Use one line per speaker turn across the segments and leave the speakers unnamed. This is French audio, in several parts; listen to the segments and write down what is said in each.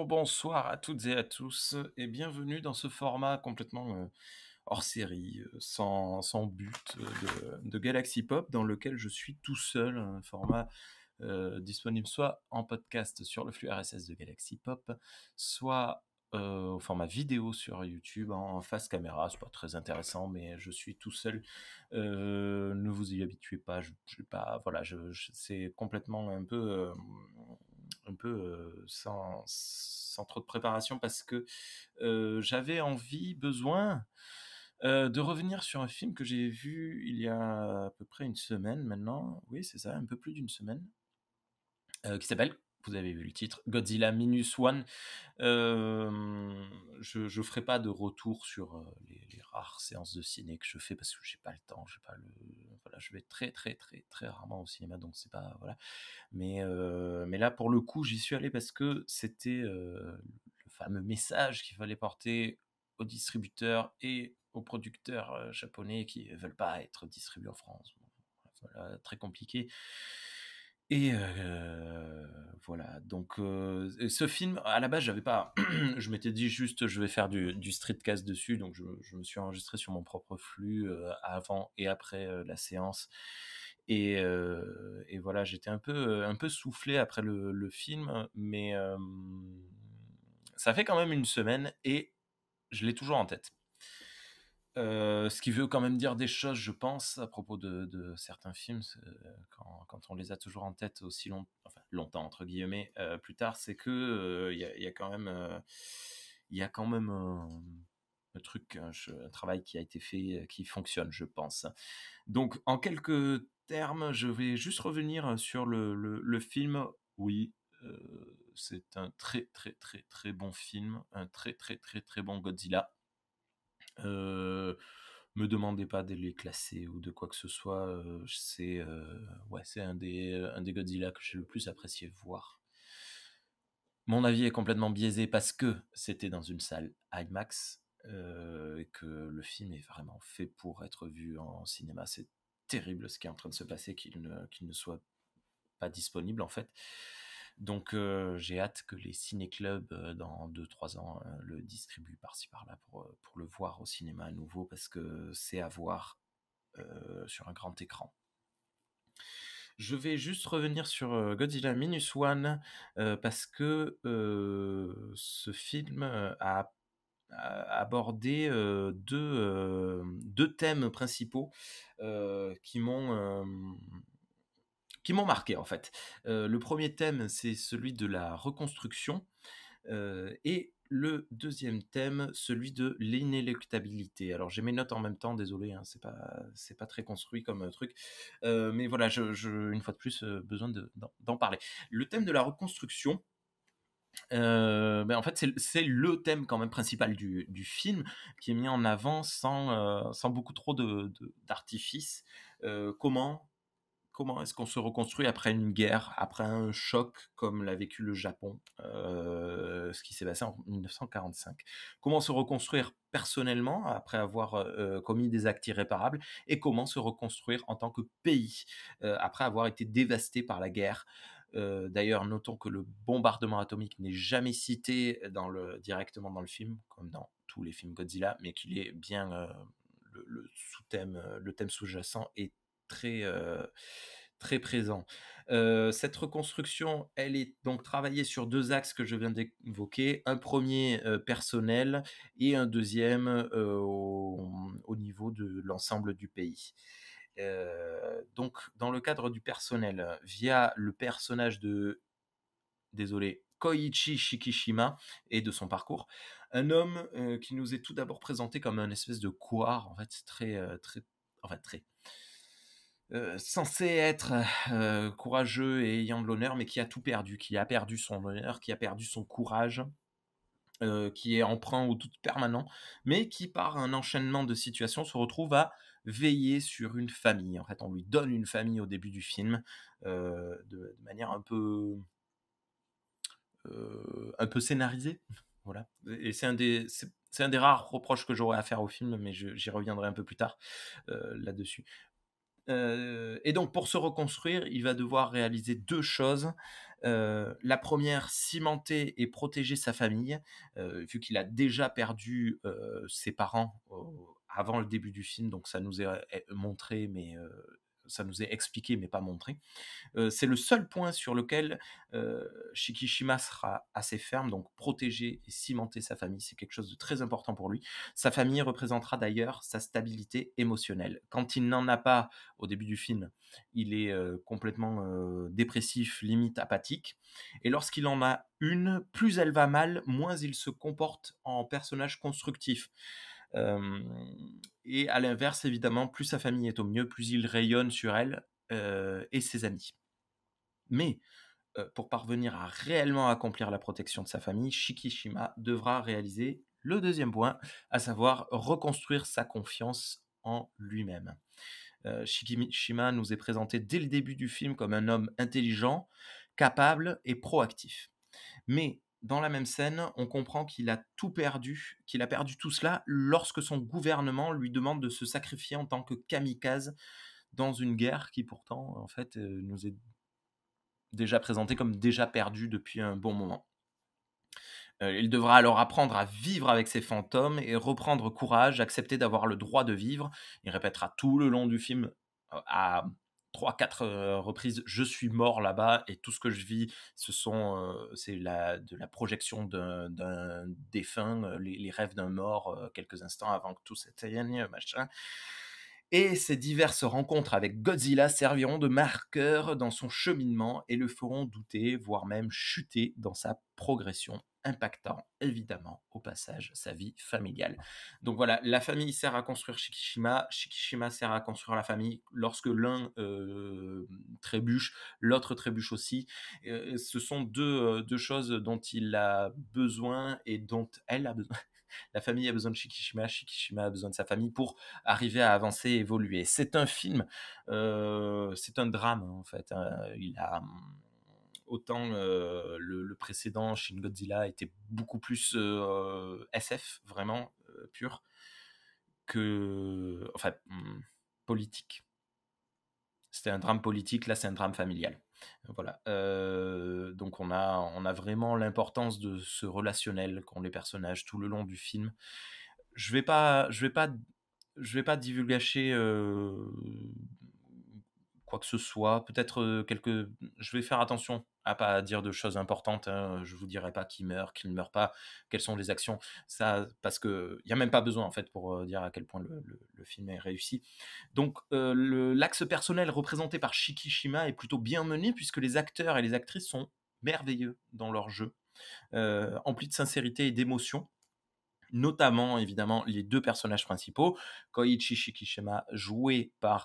Bonsoir à toutes et à tous et bienvenue dans ce format complètement hors série, sans but de Galaxy Pop dans lequel je suis tout seul, un format disponible soit en podcast sur le flux RSS de Galaxy Pop, soit au format vidéo sur YouTube en face caméra. C'est pas très intéressant, mais je suis tout seul. Ne vous y habituez pas. Je pas, voilà, c'est complètement un peu sans trop de préparation parce que j'avais envie, besoin de revenir sur un film que j'ai vu il y a à peu près une semaine maintenant. Oui, c'est ça, un peu plus d'une semaine, qui s'appelle, vous avez vu le titre, Godzilla Minus One. Je ferai pas de retour sur les rares séances de ciné que je fais parce que j'ai pas le temps, j'ai pas le, voilà, je vais très très très très rarement au cinéma, donc c'est pas, voilà. Mais là, pour le coup, j'y suis allé parce que c'était le fameux message qu'il fallait porter aux distributeurs et aux producteurs japonais qui veulent pas être distribués en France. Bon, voilà, très compliqué. Et voilà, donc ce film, à la base, j'avais pas. Je m'étais dit juste, je vais faire du streetcast dessus, donc je me suis enregistré sur mon propre flux avant et après la séance. Et voilà, j'étais un peu soufflé après le film, mais ça fait quand même une semaine et je l'ai toujours en tête. Ce qui veut quand même dire des choses, je pense, à propos de certains films, quand on les a toujours en tête aussi enfin, «longtemps» entre guillemets, plus tard, c'est que, il y a quand même, il y a quand même un truc, un travail qui a été fait, qui fonctionne, je pense. Donc en quelques termes, je vais juste revenir sur le film. Oui, c'est un très, très, très, très bon film, un très, très, très, très bon Godzilla. Heu, Me demandez pas de les classer ou de quoi que ce soit, ouais, c'est un des Godzilla que j'ai le plus apprécié voir. Mon avis est complètement biaisé parce que c'était dans une salle IMAX, et que le film est vraiment fait pour être vu en cinéma. C'est terrible ce qui est en train de se passer, qu'il ne soit pas disponible, en fait. Donc j'ai hâte que les ciné-clubs, dans 2 3 ans, le distribuent par-ci par-là pour le voir au cinéma à nouveau parce que c'est à voir, sur un grand écran. Je vais juste revenir sur, Godzilla Minus One, parce que, ce film, a abordé, 2 thèmes principaux, qui m'ont marqué, en fait. Le premier thème, c'est celui de la reconstruction, et le deuxième thème, celui de l'inéluctabilité. Alors j'ai mes notes en même temps, désolé, hein, c'est pas très construit comme, truc, mais voilà, une fois de plus, besoin d'en parler. Le thème de la reconstruction, en fait, c'est le thème quand même principal du film, qui est mis en avant sans beaucoup trop d'artifice. Comment est-ce qu'on se reconstruit après une guerre, après un choc comme l'a vécu le Japon, ce qui s'est passé en 1945? Comment se reconstruire personnellement après avoir, commis des actes irréparables et comment se reconstruire en tant que pays, après avoir été dévasté par la guerre? D'ailleurs, notons que le bombardement atomique n'est jamais cité directement dans le film, comme dans tous les films Godzilla, mais qu'il est bien, le sous-thème, le thème sous-jacent est très, très présent. Cette reconstruction, elle est donc travaillée sur 2 axes que je viens d'évoquer. Un premier personnel et un deuxième au niveau de l'ensemble du pays. Donc dans le cadre du personnel, via le personnage de, désolé, Koichi Shikishima et de son parcours, un homme, qui nous est tout d'abord présenté comme un espèce de couard, en fait, très, enfin très, censé être, courageux et ayant de l'honneur, mais qui a tout perdu, qui a perdu son honneur, qui a perdu son courage, qui est emprunt au doute permanent, mais qui, par un enchaînement de situations, se retrouve à veiller sur une famille. En fait, on lui donne une famille au début du film, de manière un peu scénarisée. Voilà. Et c'est un des rares reproches que j'aurais à faire au film, mais j'y reviendrai un peu plus tard, là-dessus. Et donc pour se reconstruire, il va devoir réaliser 2 choses. La première, cimenter et protéger sa famille, vu qu'il a déjà perdu, ses parents au avant le début du film, donc ça nous est, montré, mais ça nous est expliqué, mais pas montré. C'est le seul point sur lequel Shikishima sera assez ferme, donc protéger et cimenter sa famille, c'est quelque chose de très important pour lui. Sa famille représentera d'ailleurs sa stabilité émotionnelle. Quand il n'en a pas au début du film, il est complètement dépressif, limite apathique. Et lorsqu'il en a une, plus elle va mal, moins il se comporte en personnage constructif. Euh, et à l'inverse, évidemment, plus sa famille est au mieux, plus il rayonne sur elle et ses amis. Mais pour parvenir à réellement accomplir la protection de sa famille, Shikishima devra réaliser le deuxième point, à savoir reconstruire sa confiance en lui-même. Shikishima nous est présenté dès le début du film comme un homme intelligent, capable et proactif. Mais dans la même scène, on comprend qu'il a tout perdu, qu'il a perdu tout cela lorsque son gouvernement lui demande de se sacrifier en tant que kamikaze dans une guerre qui pourtant, en fait, nous est déjà présenté comme déjà perdu depuis un bon moment. Il devra alors apprendre à vivre avec ses fantômes et reprendre courage, accepter d'avoir le droit de vivre. Il répétera tout le long du film à 3-4 reprises: je suis mort là-bas et tout ce que je vis, c'est de la projection d'un défunt, les rêves d'un mort quelques instants avant que tout s'éteigne, machin. Et ces diverses rencontres avec Godzilla serviront de marqueur dans son cheminement et le feront douter, voire même chuter dans sa progression, impactant évidemment au passage sa vie familiale. Donc voilà, la famille sert à construire Shikishima, Shikishima sert à construire la famille. Lorsque l'un trébuche, l'autre trébuche aussi. Ce sont deux choses dont il a besoin et dont elle a besoin. La famille a besoin de Shikishima, Shikishima a besoin de sa famille pour arriver à avancer et évoluer. C'est un film, c'est un drame en fait. Il a autant le précédent Shin Godzilla était beaucoup plus SF vraiment pur que enfin politique. C'était un drame politique, là c'est un drame familial. Voilà. Donc on a vraiment l'importance de ce relationnel qu'ont les personnages tout le long du film. Je vais pas, je vais pas, je vais pas divulgacher quoi que ce soit. Peut-être je vais faire attention à pas dire de choses importantes. Hein. Je vous dirai pas qui meurt, qui ne meurt pas, quelles sont les actions. Ça, parce que il y a même pas besoin en fait pour dire à quel point le film est réussi. Donc l'axe personnel représenté par Shikishima est plutôt bien mené puisque les acteurs et les actrices sont merveilleux dans leur jeu, emplis de sincérité et d'émotion, notamment évidemment les deux personnages principaux, Koichi Shikishima joué par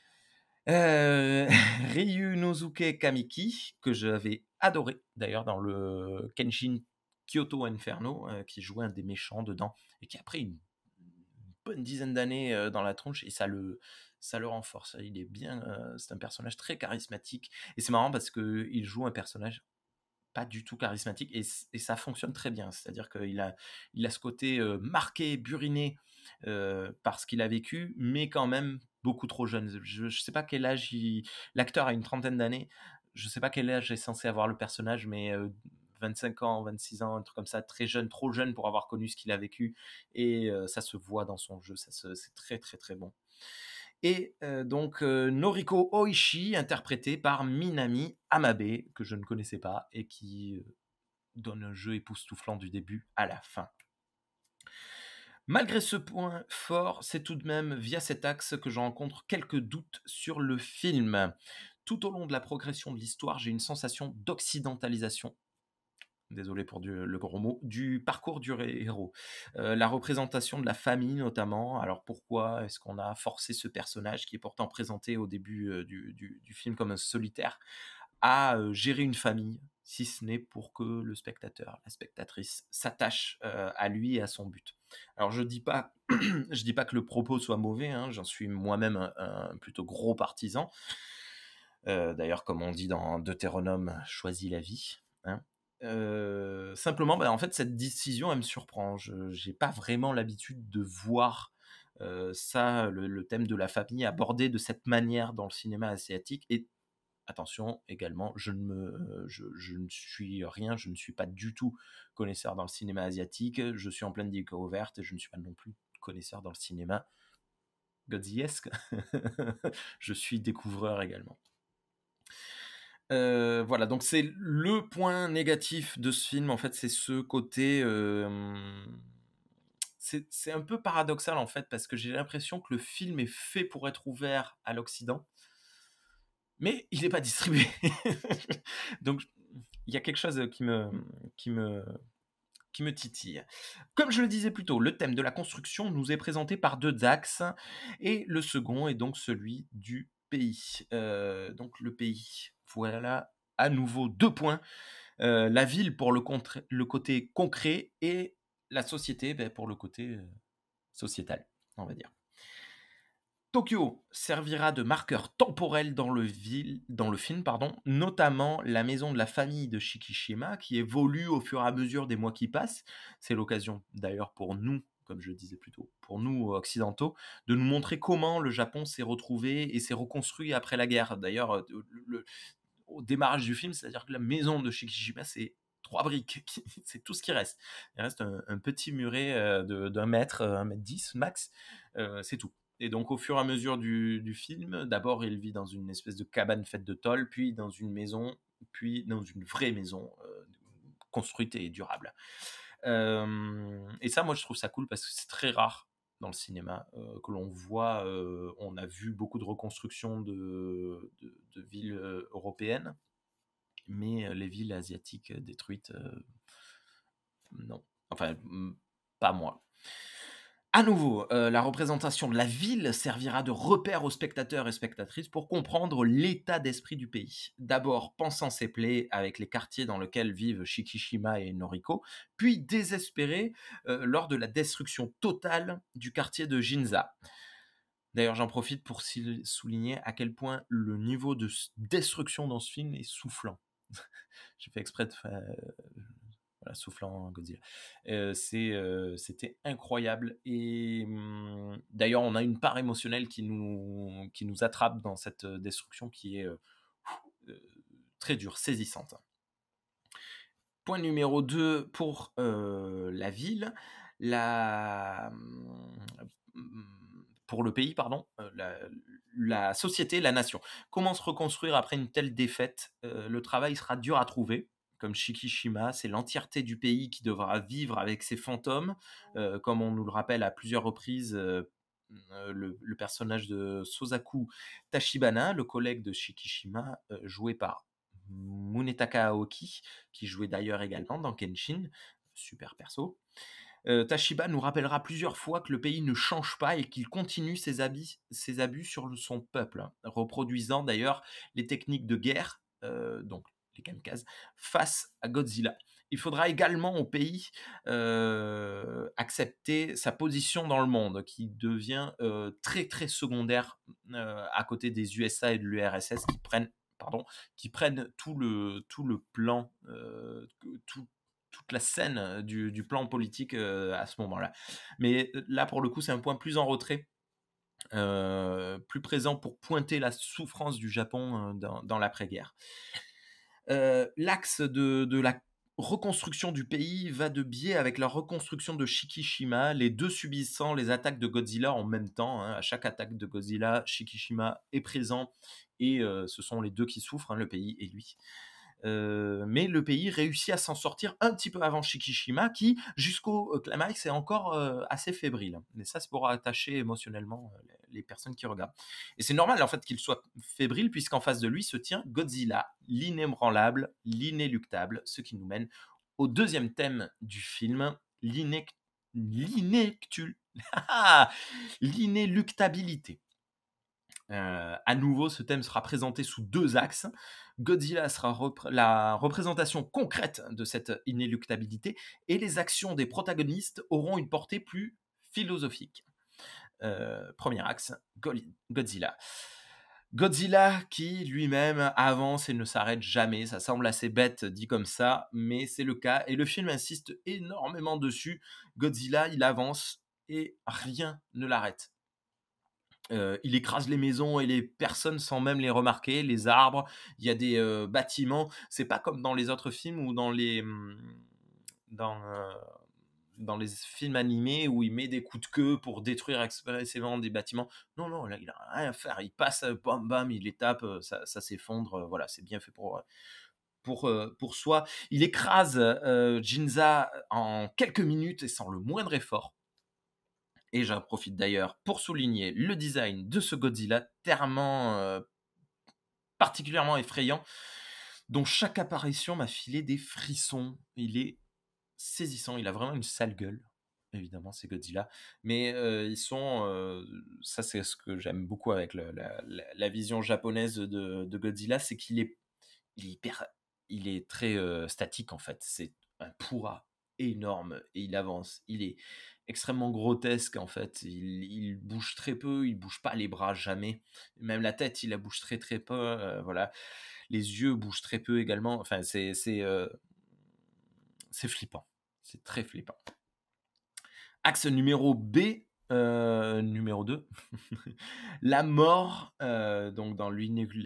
Ryunosuke Kamiki, que j'avais adoré d'ailleurs dans le Kenshin Kyoto Inferno, qui jouait un des méchants dedans et qui a pris une bonne dizaine d'années dans la tronche et ça le renforce. Il est bien, c'est un personnage très charismatique et c'est marrant parce qu'il joue un personnage pas du tout charismatique et ça fonctionne très bien. C'est-à-dire il a ce côté marqué, buriné par ce qu'il a vécu, mais quand même beaucoup trop jeune. Je ne sais pas quel âge l'acteur a une trentaine d'années. Je ne sais pas quel âge est censé avoir le personnage, mais 25 ans, 26 ans, un truc comme ça, très jeune, trop jeune pour avoir connu ce qu'il a vécu. Et ça se voit dans son jeu, c'est très très très bon. Et donc Noriko Oishi, interprétée par Minami Amabe, que je ne connaissais pas, et qui donne un jeu époustouflant du début à la fin. Malgré ce point fort, c'est tout de même via cet axe que je rencontre quelques doutes sur le film. Tout au long de la progression de l'histoire, j'ai une sensation d'occidentalisation, désolé pour le gros mot, du parcours du héros. La représentation de la famille notamment. Alors pourquoi est-ce qu'on a forcé ce personnage qui est pourtant présenté au début du film comme un solitaire à gérer une famille, si ce n'est pour que le spectateur, la spectatrice s'attache à lui et à son but. Alors je dis pas, je dis pas que le propos soit mauvais, hein, j'en suis moi-même un plutôt gros partisan. D'ailleurs, comme on dit dans Deutéronome, choisis la vie. Hein. Simplement, en fait, cette décision, elle me surprend. Je n'ai pas vraiment l'habitude de voir Ça, le thème de la famille abordé de cette manière dans le cinéma asiatique et attention également, je ne suis rien, je ne suis pas du tout connaisseur dans le cinéma asiatique, je suis en pleine découverte et je ne suis pas non plus connaisseur dans le cinéma godziesque. Je suis découvreur également. Voilà, donc c'est le point négatif de ce film, en fait, c'est ce côté, c'est un peu paradoxal, en fait, parce que j'ai l'impression que le film est fait pour être ouvert à l'Occident, mais il n'est pas distribué. Donc il y a quelque chose qui me qui me titille. Comme je le disais plus tôt, le thème de la construction nous est présenté par 2 axes et le second est donc celui du pays. Donc le pays, voilà à nouveau 2 points. La ville pour le côté concret et la société, pour le côté, sociétal, on va dire. Tokyo servira de marqueur temporel dans le film, pardon, notamment la maison de la famille de Shikishima qui évolue au fur et à mesure des mois qui passent. C'est l'occasion d'ailleurs pour nous, comme je le disais plus tôt, pour nous occidentaux, de nous montrer comment le Japon s'est retrouvé et s'est reconstruit après la guerre. D'ailleurs, au démarrage du film, c'est-à-dire que la maison de Shikishima, c'est 3 briques, c'est tout ce qui reste. Il reste un petit muret d'un mètre, 1,10 m max, c'est tout. Et donc au fur et à mesure du film, d'abord il vit dans une espèce de cabane faite de tôle, puis dans une maison, puis dans une vraie maison construite et durable. Et ça, moi je trouve ça cool parce que c'est très rare dans le cinéma que l'on voit. On a vu beaucoup de reconstructions de villes européennes, mais les villes asiatiques détruites, non. Enfin, pas moi. À nouveau, la représentation de la ville servira de repère aux spectateurs et spectatrices pour comprendre l'état d'esprit du pays. D'abord pensant ses plaies avec les quartiers dans lesquels vivent Shikishima et Noriko, puis désespéré lors de la destruction totale du quartier de Ginza. D'ailleurs, j'en profite pour souligner à quel point le niveau de destruction dans ce film est soufflant. J'ai fait exprès de faire voilà, soufflant Godzilla. C'était incroyable et d'ailleurs, on a une part émotionnelle qui nous attrape dans cette destruction qui est très dure, saisissante. Point numéro 2 pour la ville, la, pour le pays, pardon, la société, la nation. Comment se reconstruire après une telle défaite? Le travail sera dur à trouver. Comme Shikishima, c'est l'entièreté du pays qui devra vivre avec ses fantômes, comme on nous le rappelle à plusieurs reprises. Le personnage de Sosaku Tachibana, le collègue de Shikishima, joué par Munetaka Aoki, qui jouait d'ailleurs également dans Kenshin, super perso. Tashiba nous rappellera plusieurs fois que le pays ne change pas et qu'il continue ses abus sur son peuple, hein, reproduisant d'ailleurs les techniques de guerre, donc les kamikazes, face à Godzilla. Il faudra également au pays accepter sa position dans le monde, qui devient très très secondaire à côté des USA et de l'URSS qui prennent tout le plan, toute la scène du plan politique à ce moment-là. Mais là, pour le coup, c'est un point plus en retrait, plus présent pour pointer la souffrance du Japon dans l'après-guerre. L'axe de la reconstruction du pays va de biais avec la reconstruction de Shikishima, les deux subissant les attaques de Godzilla en même temps, hein. À chaque attaque de Godzilla, Shikishima est présent et ce sont les deux qui souffrent, hein, le pays et lui. Mais le pays réussit à s'en sortir un petit peu avant Shikishima, qui, jusqu'au climax, est encore assez fébrile. Mais ça, c'est pour attacher émotionnellement les personnes qui regardent. Et c'est normal, en fait, qu'il soit fébrile, puisqu'en face de lui se tient Godzilla, l'inébranlable, l'inéluctable, ce qui nous mène au deuxième thème du film, l'inéluctabilité. À nouveau, ce thème sera présenté sous 2 axes. Godzilla sera la représentation concrète de cette inéluctabilité et les actions des protagonistes auront une portée plus philosophique. Premier axe, Godzilla. Godzilla qui lui-même avance et ne s'arrête jamais. Ça semble assez bête dit comme ça, mais c'est le cas. Et le film insiste énormément dessus. Godzilla, il avance et rien ne l'arrête. Il écrase les maisons et les personnes sans même les remarquer, les arbres, il y a des, bâtiments. C'est pas comme dans les autres films ou dans, dans les films animés où il met des coups de queue pour détruire expressément des bâtiments. Non, non, là, il a rien à faire. Il passe, bam, bam, il les tape, ça s'effondre, voilà, c'est bien fait pour soi. Il écrase, Ginza en quelques minutes et sans le moindre effort. Et j'en profite d'ailleurs pour souligner le design de ce Godzilla, particulièrement effrayant, dont chaque apparition m'a filé des frissons. Il est saisissant, il a vraiment une sale gueule, évidemment, c'est Godzilla. Mais ça c'est ce que j'aime beaucoup avec la vision japonaise de Godzilla, c'est il est hyper, il est très statique en fait. C'est un pourra énorme et il avance. Il est extrêmement grotesque en fait. Il bouge très peu, il bouge pas les bras jamais. Même la tête, il la bouge très très peu. Voilà, les yeux bougent très peu également. Enfin, c'est flippant. C'est très flippant. Axe numéro B, numéro 2, la mort, donc dans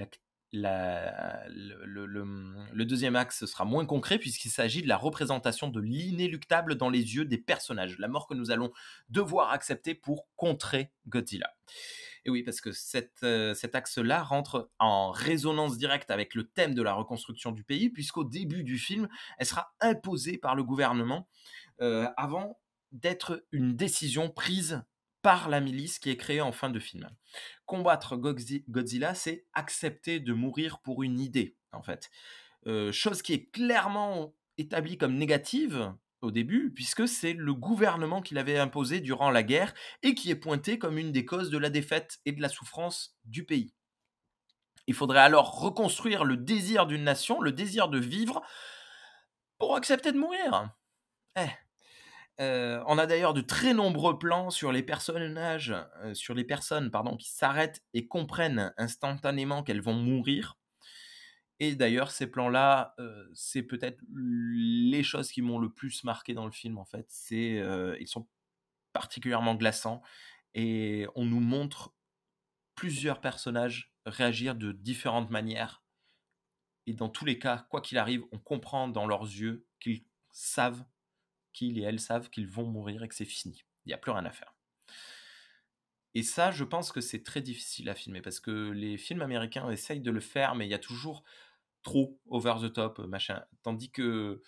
le deuxième axe sera moins concret puisqu'il s'agit de la représentation de l'inéluctable dans les yeux des personnages, la mort que nous allons devoir accepter pour contrer Godzilla. Et oui, parce que cet axe-là rentre en résonance directe avec le thème de la reconstruction du pays, puisqu'au début du film, elle sera imposée par le gouvernement avant d'être une décision prise par la milice qui est créée en fin de film. Combattre Godzilla, c'est accepter de mourir pour une idée, en fait. Chose qui est clairement établie comme négative au début, puisque c'est le gouvernement qui l'avait imposé durant la guerre et qui est pointé comme une des causes de la défaite et de la souffrance du pays. Il faudrait alors reconstruire le désir d'une nation, le désir de vivre, pour accepter de mourir. Eh. On a d'ailleurs de très nombreux plans sur les personnages, sur les personnes pardon, qui s'arrêtent et comprennent instantanément qu'elles vont mourir. Et d'ailleurs, ces plans-là, c'est peut-être les choses qui m'ont le plus marqué dans le film, en fait. Ils sont particulièrement glaçants et on nous montre plusieurs personnages réagir de différentes manières. Et dans tous les cas, quoi qu'il arrive, on comprend dans leurs yeux qu'ils et elles savent qu'ils vont mourir et que c'est fini. Il n'y a plus rien à faire. Et ça, je pense que c'est très difficile à filmer parce que les films américains essayent de le faire, mais il y a toujours trop over the top, machin. Tandis que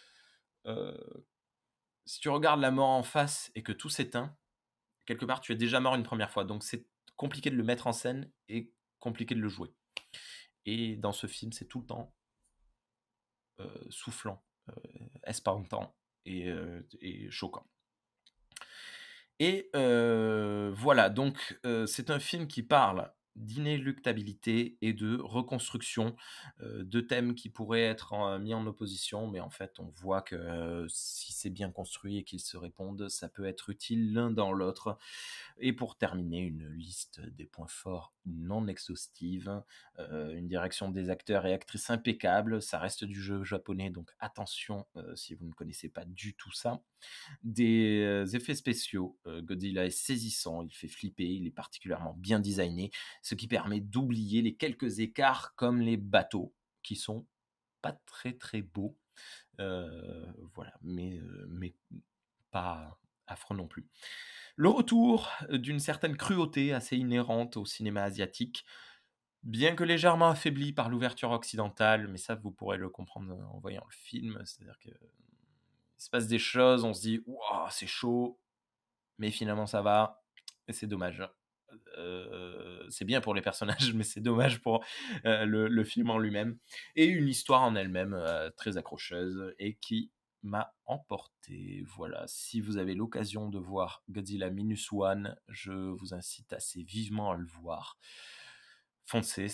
si tu regardes la mort en face et que tout s'éteint, quelque part, tu es déjà mort une première fois. Donc c'est compliqué de le mettre en scène et compliqué de le jouer. Et dans ce film, c'est tout le temps soufflant, espantant et choquant. Et voilà, donc c'est un film qui parle d'inéluctabilité et de reconstruction, 2 thèmes qui pourraient être mis en opposition, mais en fait, on voit que si c'est bien construit et qu'ils se répondent, ça peut être utile l'un dans l'autre. Et pour terminer, une liste des points forts non exhaustive, une direction des acteurs et actrices impeccable, ça reste du jeu japonais, donc attention si vous ne connaissez pas du tout ça. Des effets spéciaux, Godzilla est saisissant, il fait flipper, il est particulièrement bien designé, ce qui permet d'oublier les quelques écarts comme les bateaux, qui sont pas très très beaux, voilà, mais pas affreux non plus. Le retour d'une certaine cruauté assez inhérente au cinéma asiatique, bien que légèrement affaibli par l'ouverture occidentale, mais ça vous pourrez le comprendre en voyant le film, c'est-à-dire que il se passe des choses, on se dit waouh, c'est chaud, mais finalement ça va, et c'est dommage. C'est bien pour les personnages, mais c'est dommage pour le film en lui-même. Et une histoire en elle-même très accrocheuse et qui m'a emporté. Voilà, si vous avez l'occasion de voir Godzilla Minus One, je vous incite assez vivement à le voir. Foncez,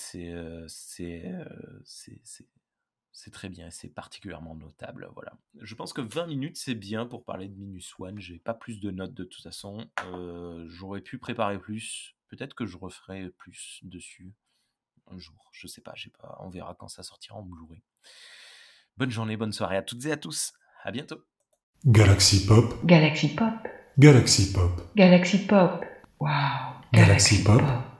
c'est très bien, c'est particulièrement notable, voilà. Je pense que 20 minutes, c'est bien pour parler de Minus One. J'ai pas plus de notes de toute façon. J'aurais pu préparer plus. Peut-être que je referai plus dessus un jour. Je sais pas, j'ai pas. On verra quand ça sortira en Blu-ray. Bonne journée, bonne soirée à toutes et à tous. À bientôt.
Galaxy Pop.
Galaxy Pop.
Galaxy Pop.
Galaxy Pop. Waouh,
Galaxy
Galaxy
Pop.
Pop.